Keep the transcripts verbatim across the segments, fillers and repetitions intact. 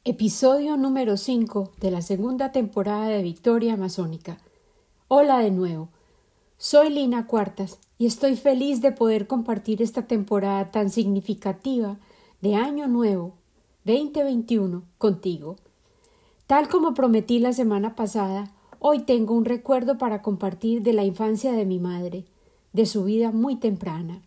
Episodio número cinco de la segunda temporada de Victoria Amazónica. Hola de nuevo. Soy Lina Cuartas y estoy feliz de poder compartir esta temporada tan significativa de Año Nuevo veinte veintiuno contigo. Tal como prometí la semana pasada, hoy tengo un recuerdo para compartir de la infancia de mi madre, de su vida muy temprana.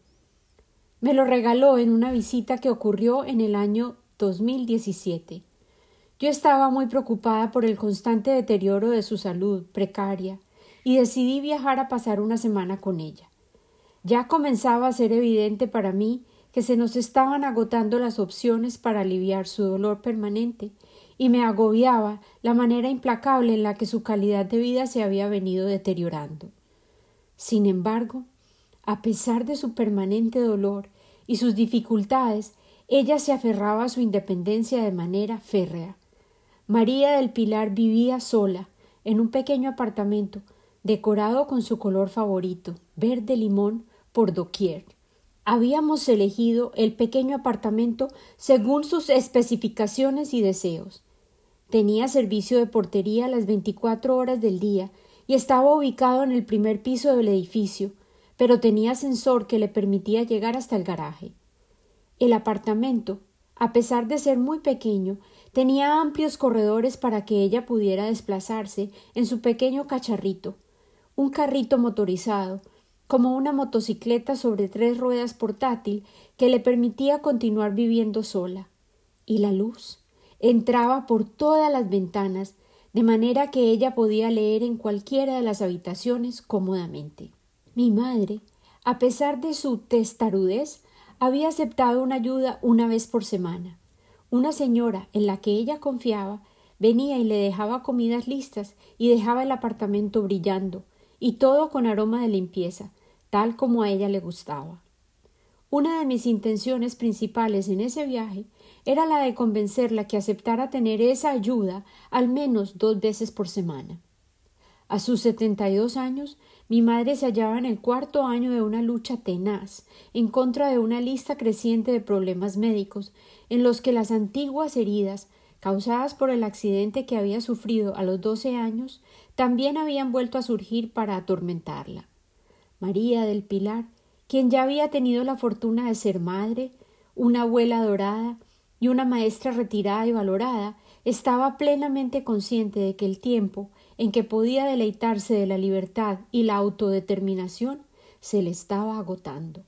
Me lo regaló en una visita que ocurrió en el año dos mil diecisiete. Yo estaba muy preocupada por el constante deterioro de su salud precaria y decidí viajar a pasar una semana con ella. Ya comenzaba a ser evidente para mí que se nos estaban agotando las opciones para aliviar su dolor permanente y me agobiaba la manera implacable en la que su calidad de vida se había venido deteriorando. Sin embargo, a pesar de su permanente dolor y sus dificultades, ella se aferraba a su independencia de manera férrea. María del Pilar vivía sola, en un pequeño apartamento, decorado con su color favorito, verde limón, por doquier. Habíamos elegido el pequeño apartamento según sus especificaciones y deseos. Tenía servicio de portería las veinticuatro horas del día y estaba ubicado en el primer piso del edificio, pero tenía ascensor que le permitía llegar hasta el garaje. El apartamento, a pesar de ser muy pequeño, tenía amplios corredores para que ella pudiera desplazarse en su pequeño cacharrito, un carrito motorizado, como una motocicleta sobre tres ruedas portátil que le permitía continuar viviendo sola. Y la luz entraba por todas las ventanas, de manera que ella podía leer en cualquiera de las habitaciones cómodamente. Mi madre, a pesar de su testarudez, había aceptado una ayuda una vez por semana. Una señora en la que ella confiaba venía y le dejaba comidas listas y dejaba el apartamento brillando, y todo con aroma de limpieza, tal como a ella le gustaba. Una de mis intenciones principales en ese viaje era la de convencerla que aceptara tener esa ayuda al menos dos veces por semana. A sus setenta y dos años, mi madre se hallaba en el cuarto año de una lucha tenaz en contra de una lista creciente de problemas médicos en los que las antiguas heridas causadas por el accidente que había sufrido a los doce años también habían vuelto a surgir para atormentarla. María del Pilar, quien ya había tenido la fortuna de ser madre, una abuela dorada y una maestra retirada y valorada, estaba plenamente consciente de que el tiempo en que podía deleitarse de la libertad y la autodeterminación se le estaba agotando.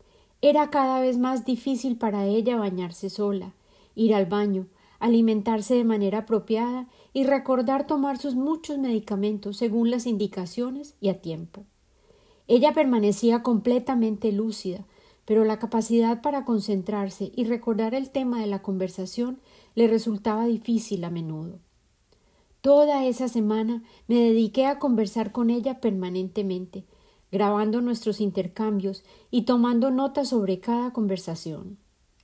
Era cada vez más difícil para ella bañarse sola, ir al baño, alimentarse de manera apropiada y recordar tomar sus muchos medicamentos según las indicaciones y a tiempo. Ella permanecía completamente lúcida, pero la capacidad para concentrarse y recordar el tema de la conversación le resultaba difícil a menudo. Toda esa semana me dediqué a conversar con ella permanentemente, grabando nuestros intercambios y tomando notas sobre cada conversación.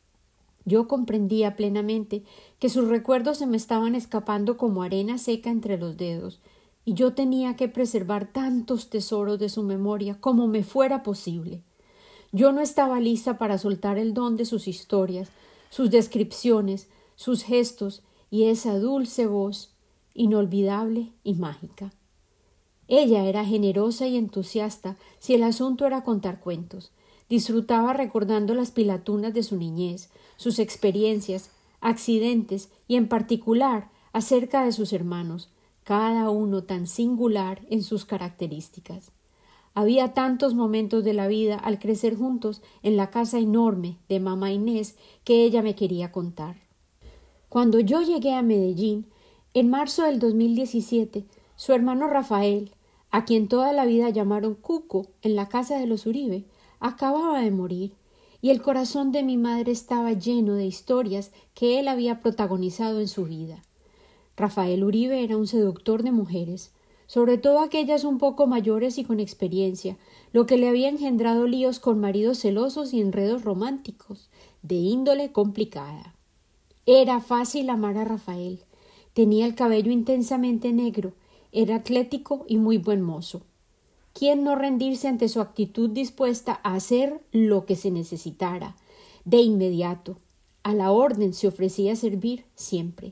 Yo comprendía plenamente que sus recuerdos se me estaban escapando como arena seca entre los dedos, y yo tenía que preservar tantos tesoros de su memoria como me fuera posible. Yo no estaba lista para soltar el don de sus historias, sus descripciones, sus gestos y esa dulce voz inolvidable y mágica. Ella era generosa y entusiasta si el asunto era contar cuentos. Disfrutaba recordando las pilatunas de su niñez, sus experiencias, accidentes y en particular acerca de sus hermanos, cada uno tan singular en sus características. Había tantos momentos de la vida al crecer juntos en la casa enorme de mamá Inés que ella me quería contar. Cuando yo llegué a Medellín, en marzo del dos mil diecisiete, su hermano Rafael, a quien toda la vida llamaron Cuco en la casa de los Uribe, acababa de morir, y el corazón de mi madre estaba lleno de historias que él había protagonizado en su vida. Rafael Uribe era un seductor de mujeres, sobre todo aquellas un poco mayores y con experiencia, lo que le había engendrado líos con maridos celosos y enredos románticos, de índole complicada. Era fácil amar a Rafael. Tenía el cabello intensamente negro, era atlético y muy buen mozo. ¿Quién no rendirse ante su actitud dispuesta a hacer lo que se necesitara? De inmediato, a la orden se ofrecía a servir siempre.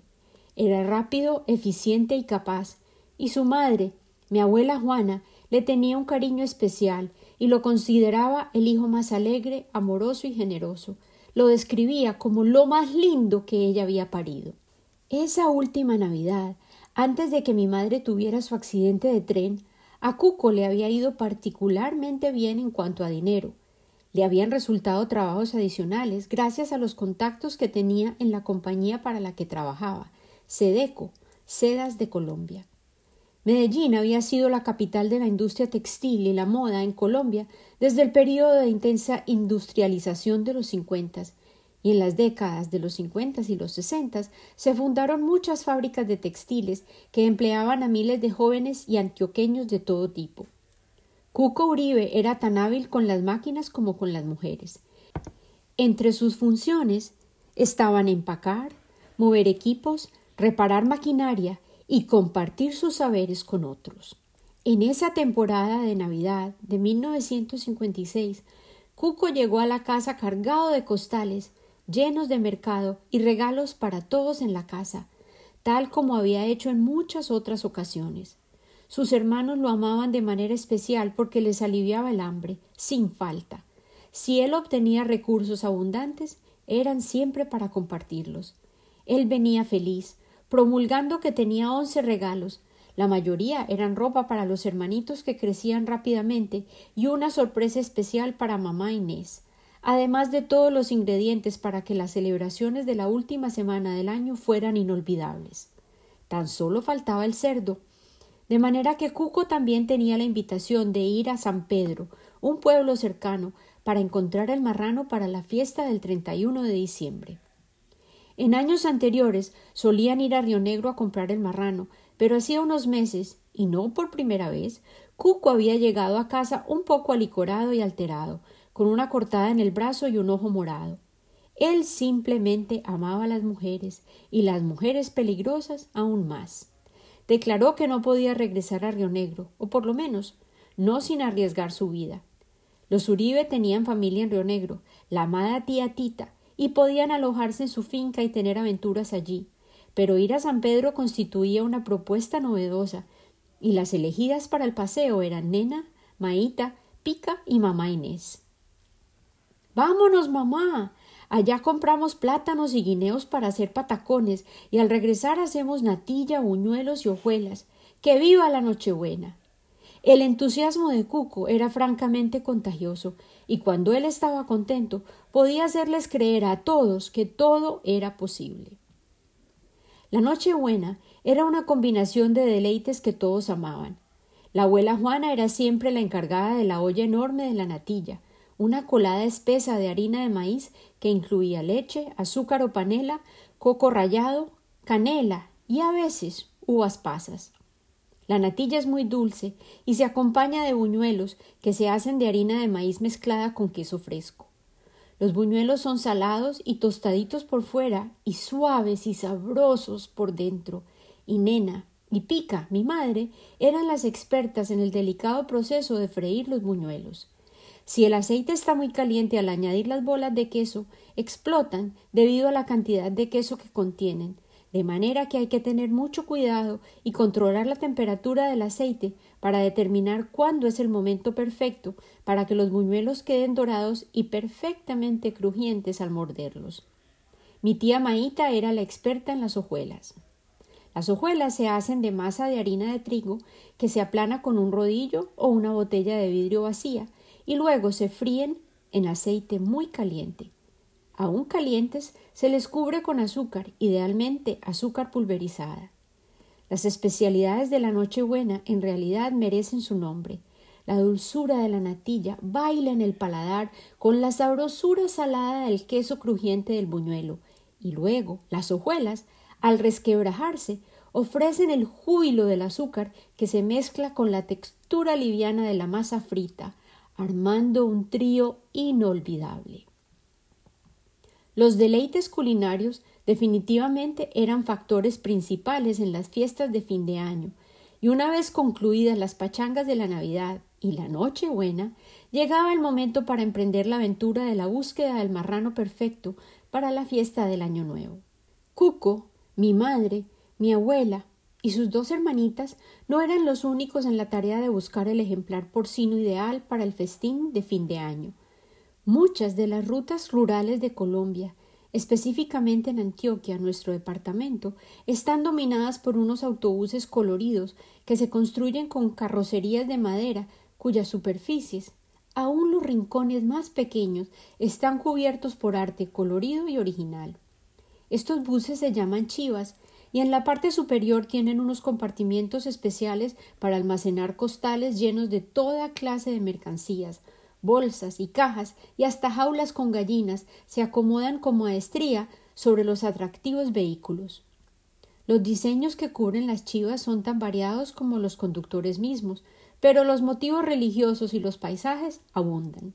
Era rápido, eficiente y capaz, y su madre, mi abuela Juana, le tenía un cariño especial y lo consideraba el hijo más alegre, amoroso y generoso. Lo describía como lo más lindo que ella había parido. Esa última Navidad, antes de que mi madre tuviera su accidente de tren, a Cuco le había ido particularmente bien en cuanto a dinero. Le habían resultado trabajos adicionales gracias a los contactos que tenía en la compañía para la que trabajaba, Sedeco, Sedas de Colombia. Medellín había sido la capital de la industria textil y la moda en Colombia desde el período de intensa industrialización de los cincuentas, y en las décadas de los cincuentas y los sesentas se fundaron muchas fábricas de textiles que empleaban a miles de jóvenes y antioqueños de todo tipo. Cuco Uribe era tan hábil con las máquinas como con las mujeres. Entre sus funciones estaban empacar, mover equipos, reparar maquinaria y compartir sus saberes con otros. En esa temporada de Navidad de mil novecientos cincuenta y seis, Cuco llegó a la casa cargado de costales, llenos de mercado y regalos para todos en la casa, tal como había hecho en muchas otras ocasiones. Sus hermanos lo amaban de manera especial porque les aliviaba el hambre, sin falta. Si él obtenía recursos abundantes, eran siempre para compartirlos. Él venía feliz, promulgando que tenía once regalos. La mayoría eran ropa para los hermanitos que crecían rápidamente y una sorpresa especial para mamá Inés, además de todos los ingredientes para que las celebraciones de la última semana del año fueran inolvidables. Tan solo faltaba el cerdo, de manera que Cuco también tenía la invitación de ir a San Pedro, un pueblo cercano, para encontrar el marrano para la fiesta del treinta y uno de diciembre. En años anteriores solían ir a Río Negro a comprar el marrano, pero hacía unos meses, y no por primera vez, Cuco había llegado a casa un poco alicorado y alterado, con una cortada en el brazo y un ojo morado. Él simplemente amaba a las mujeres, y las mujeres peligrosas aún más. Declaró que no podía regresar a Río Negro, o por lo menos no sin arriesgar su vida. Los Uribe tenían familia en Río Negro, la amada tía Tita, y podían alojarse en su finca y tener aventuras allí, pero ir a San Pedro constituía una propuesta novedosa, y las elegidas para el paseo eran Nena, Maíta, Pica y mamá Inés. —¡Vámonos, mamá! Allá compramos plátanos y guineos para hacer patacones, y al regresar hacemos natilla, buñuelos y hojuelas. ¡Que viva la Nochebuena! El entusiasmo de Cuco era francamente contagioso, y cuando él estaba contento, podía hacerles creer a todos que todo era posible. La Nochebuena era una combinación de deleites que todos amaban. La abuela Juana era siempre la encargada de la olla enorme de la natilla, una colada espesa de harina de maíz que incluía leche, azúcar o panela, coco rallado, canela y a veces uvas pasas. La natilla es muy dulce y se acompaña de buñuelos que se hacen de harina de maíz mezclada con queso fresco. Los buñuelos son salados y tostaditos por fuera y suaves y sabrosos por dentro, y Nena y Pica, mi madre, eran las expertas en el delicado proceso de freír los buñuelos. Si el aceite está muy caliente al añadir las bolas de queso, explotan debido a la cantidad de queso que contienen, de manera que hay que tener mucho cuidado y controlar la temperatura del aceite para determinar cuándo es el momento perfecto para que los buñuelos queden dorados y perfectamente crujientes al morderlos. Mi tía Maíta era la experta en las hojuelas. Las hojuelas se hacen de masa de harina de trigo que se aplana con un rodillo o una botella de vidrio vacía y luego se fríen en aceite muy caliente. Aún calientes, se les cubre con azúcar, idealmente azúcar pulverizada. Las especialidades de la Nochebuena en realidad merecen su nombre. La dulzura de la natilla baila en el paladar con la sabrosura salada del queso crujiente del buñuelo, y luego las hojuelas, al resquebrajarse, ofrecen el júbilo del azúcar que se mezcla con la textura liviana de la masa frita, armando un trío inolvidable. Los deleites culinarios definitivamente eran factores principales en las fiestas de fin de año, y una vez concluidas las pachangas de la Navidad y la Nochebuena, llegaba el momento para emprender la aventura de la búsqueda del marrano perfecto para la fiesta del Año Nuevo. Cuco, mi madre, Mi abuela y sus dos hermanitas no eran los únicos en la tarea de buscar el ejemplar porcino ideal para el festín de fin de año. Muchas de las rutas rurales de Colombia, específicamente en Antioquia, nuestro departamento, están dominadas por unos autobuses coloridos que se construyen con carrocerías de madera cuyas superficies, aun los rincones más pequeños, están cubiertos por arte colorido y original. Estos buses se llaman chivas y en la parte superior tienen unos compartimientos especiales para almacenar costales llenos de toda clase de mercancías, bolsas y cajas y hasta jaulas con gallinas se acomodan con maestría sobre los atractivos vehículos. Los diseños que cubren las chivas son tan variados como los conductores mismos, pero los motivos religiosos y los paisajes abundan.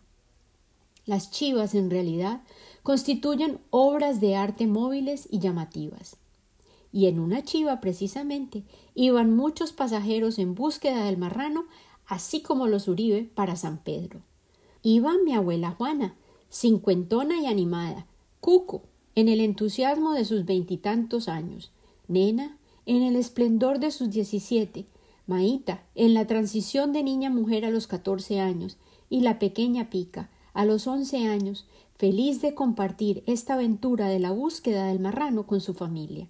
Las chivas, en realidad, constituyen obras de arte móviles y llamativas. Y en una chiva, precisamente, iban muchos pasajeros en búsqueda del marrano, así como los Uribe para San Pedro. Iba mi abuela Juana, cincuentona y animada, Cuco, en el entusiasmo de sus veintitantos años, Nena, en el esplendor de sus diecisiete, Maíta, en la transición de niña a mujer a los catorce años, y la pequeña Pica, a los once años, feliz de compartir esta aventura de la búsqueda del marrano con su familia.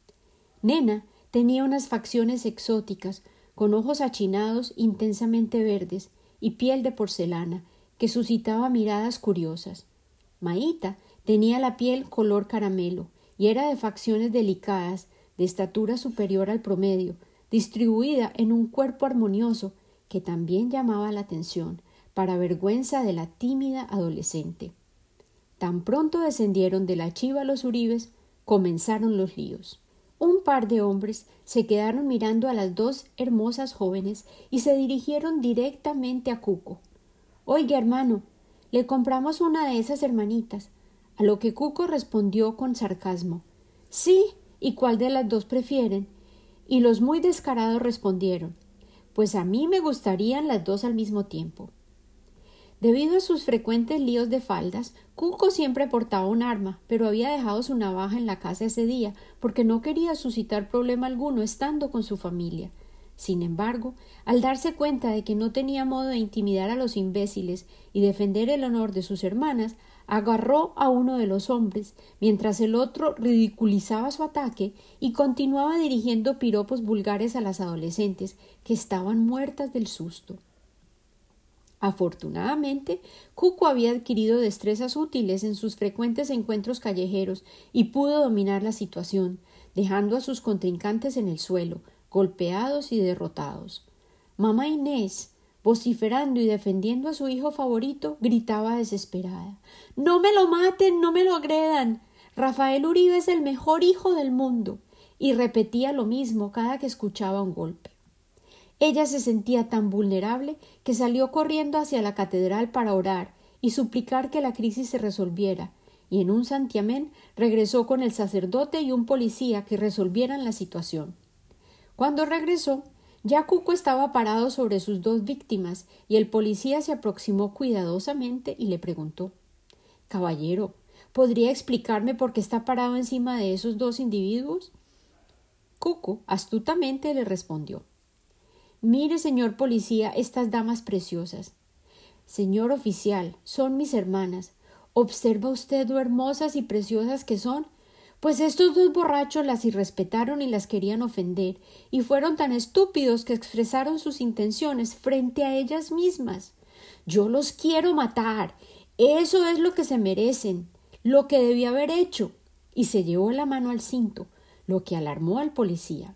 Nena tenía unas facciones exóticas, con ojos achinados intensamente verdes y piel de porcelana, que suscitaba miradas curiosas. Maíta tenía la piel color caramelo y era de facciones delicadas, de estatura superior al promedio, distribuida en un cuerpo armonioso que también llamaba la atención, para vergüenza de la tímida adolescente. Tan pronto descendieron de la chiva los Uribes, comenzaron los líos. Un par de hombres se quedaron mirando a las dos hermosas jóvenes y se dirigieron directamente a Cuco. «Oiga, hermano, le compramos una de esas hermanitas», a lo que Cuco respondió con sarcasmo. «Sí, ¿y cuál de las dos prefieren?» Y los muy descarados respondieron: «Pues a mí me gustarían las dos al mismo tiempo». Debido a sus frecuentes líos de faldas, Cuco siempre portaba un arma, pero había dejado su navaja en la casa ese día porque no quería suscitar problema alguno estando con su familia. Sin embargo, al darse cuenta de que no tenía modo de intimidar a los imbéciles y defender el honor de sus hermanas, agarró a uno de los hombres, mientras el otro ridiculizaba su ataque y continuaba dirigiendo piropos vulgares a las adolescentes, que estaban muertas del susto. Afortunadamente, Cuco había adquirido destrezas útiles en sus frecuentes encuentros callejeros y pudo dominar la situación, dejando a sus contrincantes en el suelo, golpeados y derrotados. Mamá Inés, vociferando y defendiendo a su hijo favorito, gritaba desesperada: «¡No me lo maten! ¡No me lo agredan! Rafael Uribe es el mejor hijo del mundo», y repetía lo mismo cada que escuchaba un golpe. Ella se sentía tan vulnerable que salió corriendo hacia la catedral para orar y suplicar que la crisis se resolviera, y en un santiamén regresó con el sacerdote y un policía que resolvieran la situación. Cuando regresó, ya Cuco estaba parado sobre sus dos víctimas y el policía se aproximó cuidadosamente y le preguntó: «Caballero, ¿podría explicarme por qué está parado encima de esos dos individuos?» Cuco astutamente le respondió: «Mire, señor policía, estas damas preciosas. Señor oficial, son mis hermanas. ¿Observa usted lo hermosas y preciosas que son? Pues estos dos borrachos las irrespetaron y las querían ofender, y fueron tan estúpidos que expresaron sus intenciones frente a ellas mismas. Yo los quiero matar. Eso es lo que se merecen, lo que debí haber hecho». Y se llevó la mano al cinto, lo que alarmó al policía.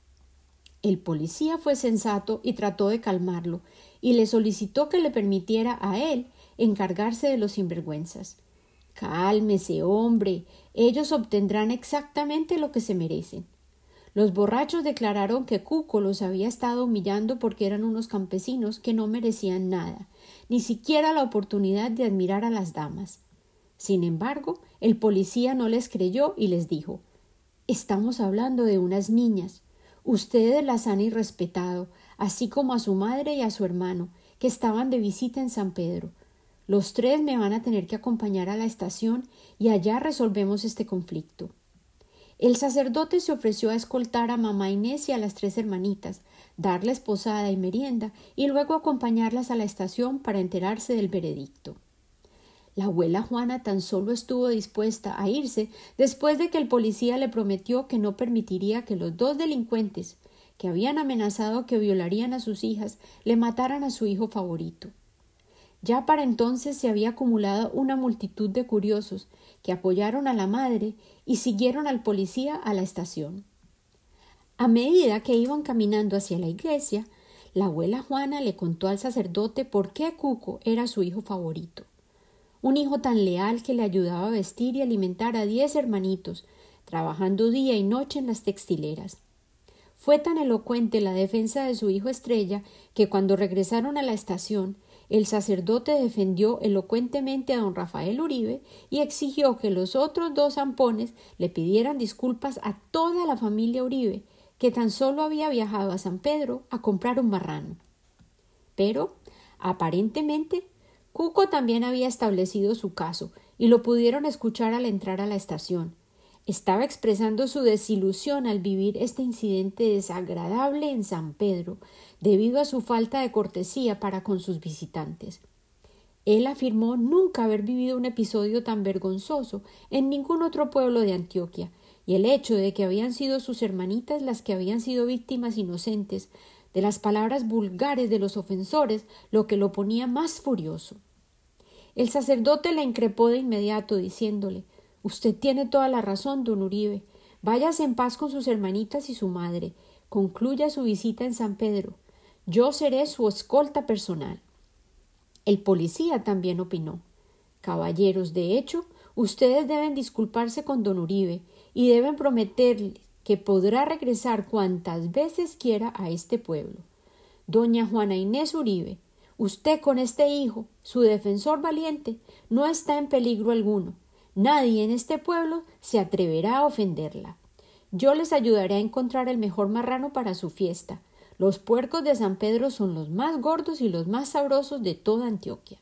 El policía fue sensato y trató de calmarlo, y le solicitó que le permitiera a él encargarse de los sinvergüenzas. «Cálmese, hombre, ellos obtendrán exactamente lo que se merecen». Los borrachos declararon que Cuco los había estado humillando porque eran unos campesinos que no merecían nada, ni siquiera la oportunidad de admirar a las damas. Sin embargo, el policía no les creyó y les dijo: «Estamos hablando de unas niñas. Ustedes las han irrespetado, así como a su madre y a su hermano, que estaban de visita en San Pedro. Los tres me van a tener que acompañar a la estación y allá resolvemos este conflicto». El sacerdote se ofreció a escoltar a mamá Inés y a las tres hermanitas, darles posada y merienda y luego acompañarlas a la estación para enterarse del veredicto. La abuela Juana tan solo estuvo dispuesta a irse después de que el policía le prometió que no permitiría que los dos delincuentes, que habían amenazado que violarían a sus hijas, le mataran a su hijo favorito. Ya para entonces se había acumulado una multitud de curiosos que apoyaron a la madre y siguieron al policía a la estación. A medida que iban caminando hacia la iglesia, la abuela Juana le contó al sacerdote por qué Cuco era su hijo favorito. Un hijo tan leal que le ayudaba a vestir y alimentar a diez hermanitos, trabajando día y noche en las textileras. Fue tan elocuente la defensa de su hijo estrella que cuando regresaron a la estación, el sacerdote defendió elocuentemente a don Rafael Uribe y exigió que los otros dos zampones le pidieran disculpas a toda la familia Uribe, que tan solo había viajado a San Pedro a comprar un marrano. Pero, aparentemente, Cuco también había establecido su caso y lo pudieron escuchar al entrar a la estación. Estaba expresando su desilusión al vivir este incidente desagradable en San Pedro, debido a su falta de cortesía para con sus visitantes. Él afirmó nunca haber vivido un episodio tan vergonzoso en ningún otro pueblo de Antioquia, y el hecho de que habían sido sus hermanitas las que habían sido víctimas inocentes de las palabras vulgares de los ofensores, lo que lo ponía más furioso. El sacerdote le increpó de inmediato, diciéndole: «Usted tiene toda la razón, don Uribe. Váyase en paz con sus hermanitas y su madre. Concluya su visita en San Pedro. Yo seré su escolta personal». El policía también opinó: «Caballeros, de hecho, ustedes deben disculparse con don Uribe y deben prometerle que podrá regresar cuantas veces quiera a este pueblo. Doña Juana Inés Uribe, usted con este hijo, su defensor valiente, no está en peligro alguno. Nadie en este pueblo se atreverá a ofenderla. Yo les ayudaré a encontrar el mejor marrano para su fiesta. Los puercos de San Pedro son los más gordos y los más sabrosos de toda Antioquia».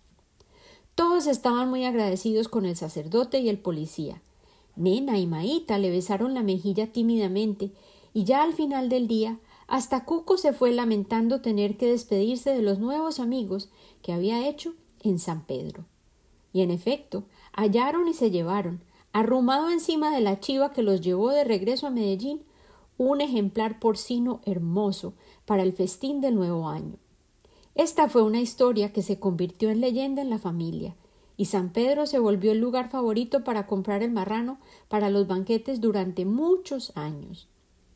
Todos estaban muy agradecidos con el sacerdote y el policía. Nena y Maíta le besaron la mejilla tímidamente, y ya al final del día hasta Cuco se fue lamentando tener que despedirse de los nuevos amigos que había hecho en San Pedro. Y en efecto, hallaron y se llevaron, arrumado encima de la chiva que los llevó de regreso a Medellín, un ejemplar porcino hermoso para el festín del nuevo año. Esta fue una historia que se convirtió en leyenda en la familia, y San Pedro se volvió el lugar favorito para comprar el marrano para los banquetes durante muchos años.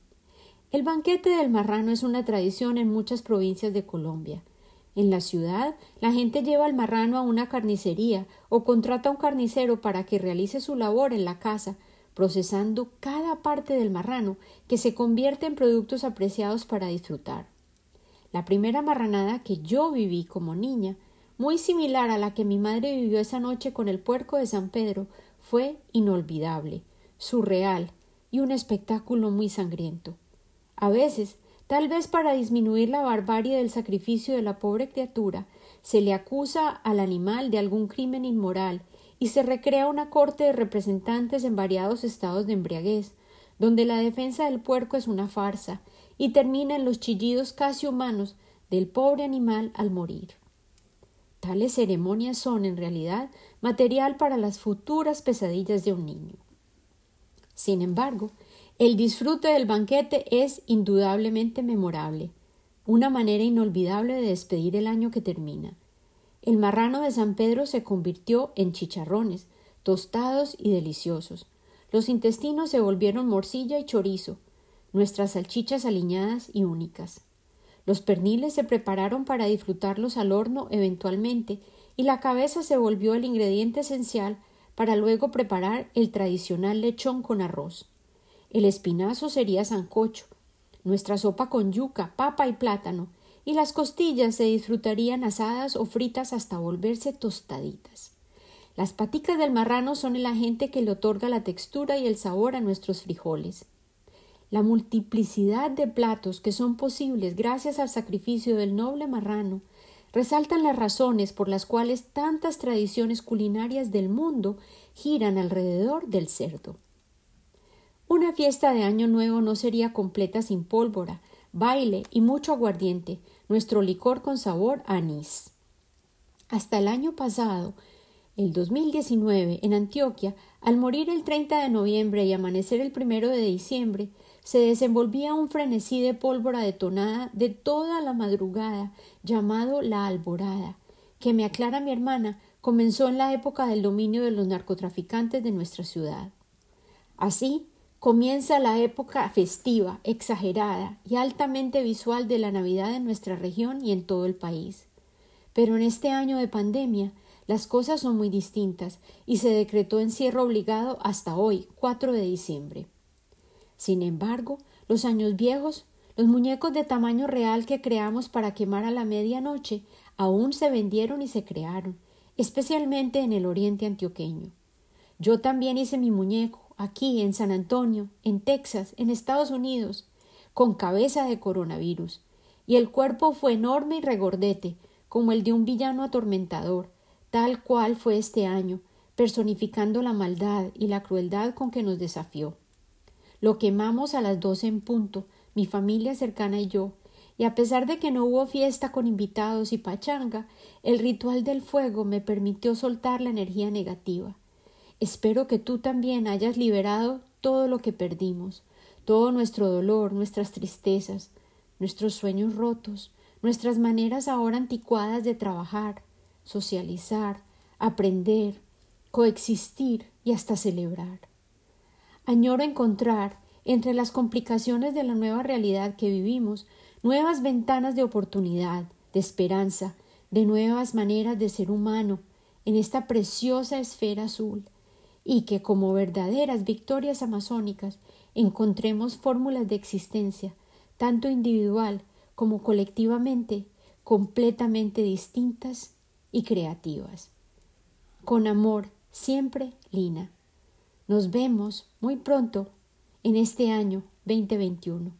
El banquete del marrano es una tradición en muchas provincias de Colombia. En la ciudad, la gente lleva el marrano a una carnicería o contrata a un carnicero para que realice su labor en la casa, procesando cada parte del marrano, que se convierte en productos apreciados para disfrutar. La primera marranada que yo viví como niña, muy similar a la que mi madre vivió esa noche con el puerco de San Pedro, fue inolvidable, surreal y un espectáculo muy sangriento. A veces, tal vez para disminuir la barbarie del sacrificio de la pobre criatura, se le acusa al animal de algún crimen inmoral y se recrea una corte de representantes en variados estados de embriaguez, donde la defensa del puerco es una farsa y termina en los chillidos casi humanos del pobre animal al morir. Tales ceremonias son, en realidad, material para las futuras pesadillas de un niño. Sin embargo, el disfrute del banquete es indudablemente memorable, una manera inolvidable de despedir el año que termina. El marrano de San Pedro se convirtió en chicharrones, tostados y deliciosos. Los intestinos se volvieron morcilla y chorizo, nuestras salchichas aliñadas y únicas. Los perniles se prepararon para disfrutarlos al horno eventualmente, y la cabeza se volvió el ingrediente esencial para luego preparar el tradicional lechón con arroz. El espinazo sería sancocho, nuestra sopa con yuca, papa y plátano, y las costillas se disfrutarían asadas o fritas hasta volverse tostaditas. Las paticas del marrano son el agente que le otorga la textura y el sabor a nuestros frijoles. La multiplicidad de platos que son posibles gracias al sacrificio del noble marrano resaltan las razones por las cuales tantas tradiciones culinarias del mundo giran alrededor del cerdo. Una fiesta de Año Nuevo no sería completa sin pólvora, baile y mucho aguardiente, nuestro licor con sabor a anís. Hasta el año pasado, el dos mil diecinueve, en Antioquia, al morir el treinta de noviembre y amanecer el primero de diciembre, se desenvolvía un frenesí de pólvora detonada de toda la madrugada, llamado la alborada, que, me aclara mi hermana, comenzó en la época del dominio de los narcotraficantes de nuestra ciudad. Así comienza la época festiva, exagerada y altamente visual de la Navidad en nuestra región y en todo el país. Pero en este año de pandemia las cosas son muy distintas y se decretó encierro obligado hasta hoy, cuatro de diciembre. Sin embargo, los años viejos, los muñecos de tamaño real que creamos para quemar a la medianoche, aún se vendieron y se crearon, especialmente en el oriente antioqueño. Yo también hice mi muñeco, aquí en San Antonio, en Texas, en Estados Unidos, con cabeza de coronavirus, y el cuerpo fue enorme y regordete, como el de un villano atormentador, tal cual fue este año, personificando la maldad y la crueldad con que nos desafió. Lo quemamos a las doce en punto, mi familia cercana y yo, y a pesar de que no hubo fiesta con invitados y pachanga, el ritual del fuego me permitió soltar la energía negativa. Espero que tú también hayas liberado todo lo que perdimos, todo nuestro dolor, nuestras tristezas, nuestros sueños rotos, nuestras maneras ahora anticuadas de trabajar, socializar, aprender, coexistir y hasta celebrar. Añoro encontrar, entre las complicaciones de la nueva realidad que vivimos, nuevas ventanas de oportunidad, de esperanza, de nuevas maneras de ser humano en esta preciosa esfera azul, y que como verdaderas victorias amazónicas encontremos fórmulas de existencia, tanto individual como colectivamente, completamente distintas y creativas. Con amor, siempre, Lina. Nos vemos muy pronto en este año veinte veintiuno.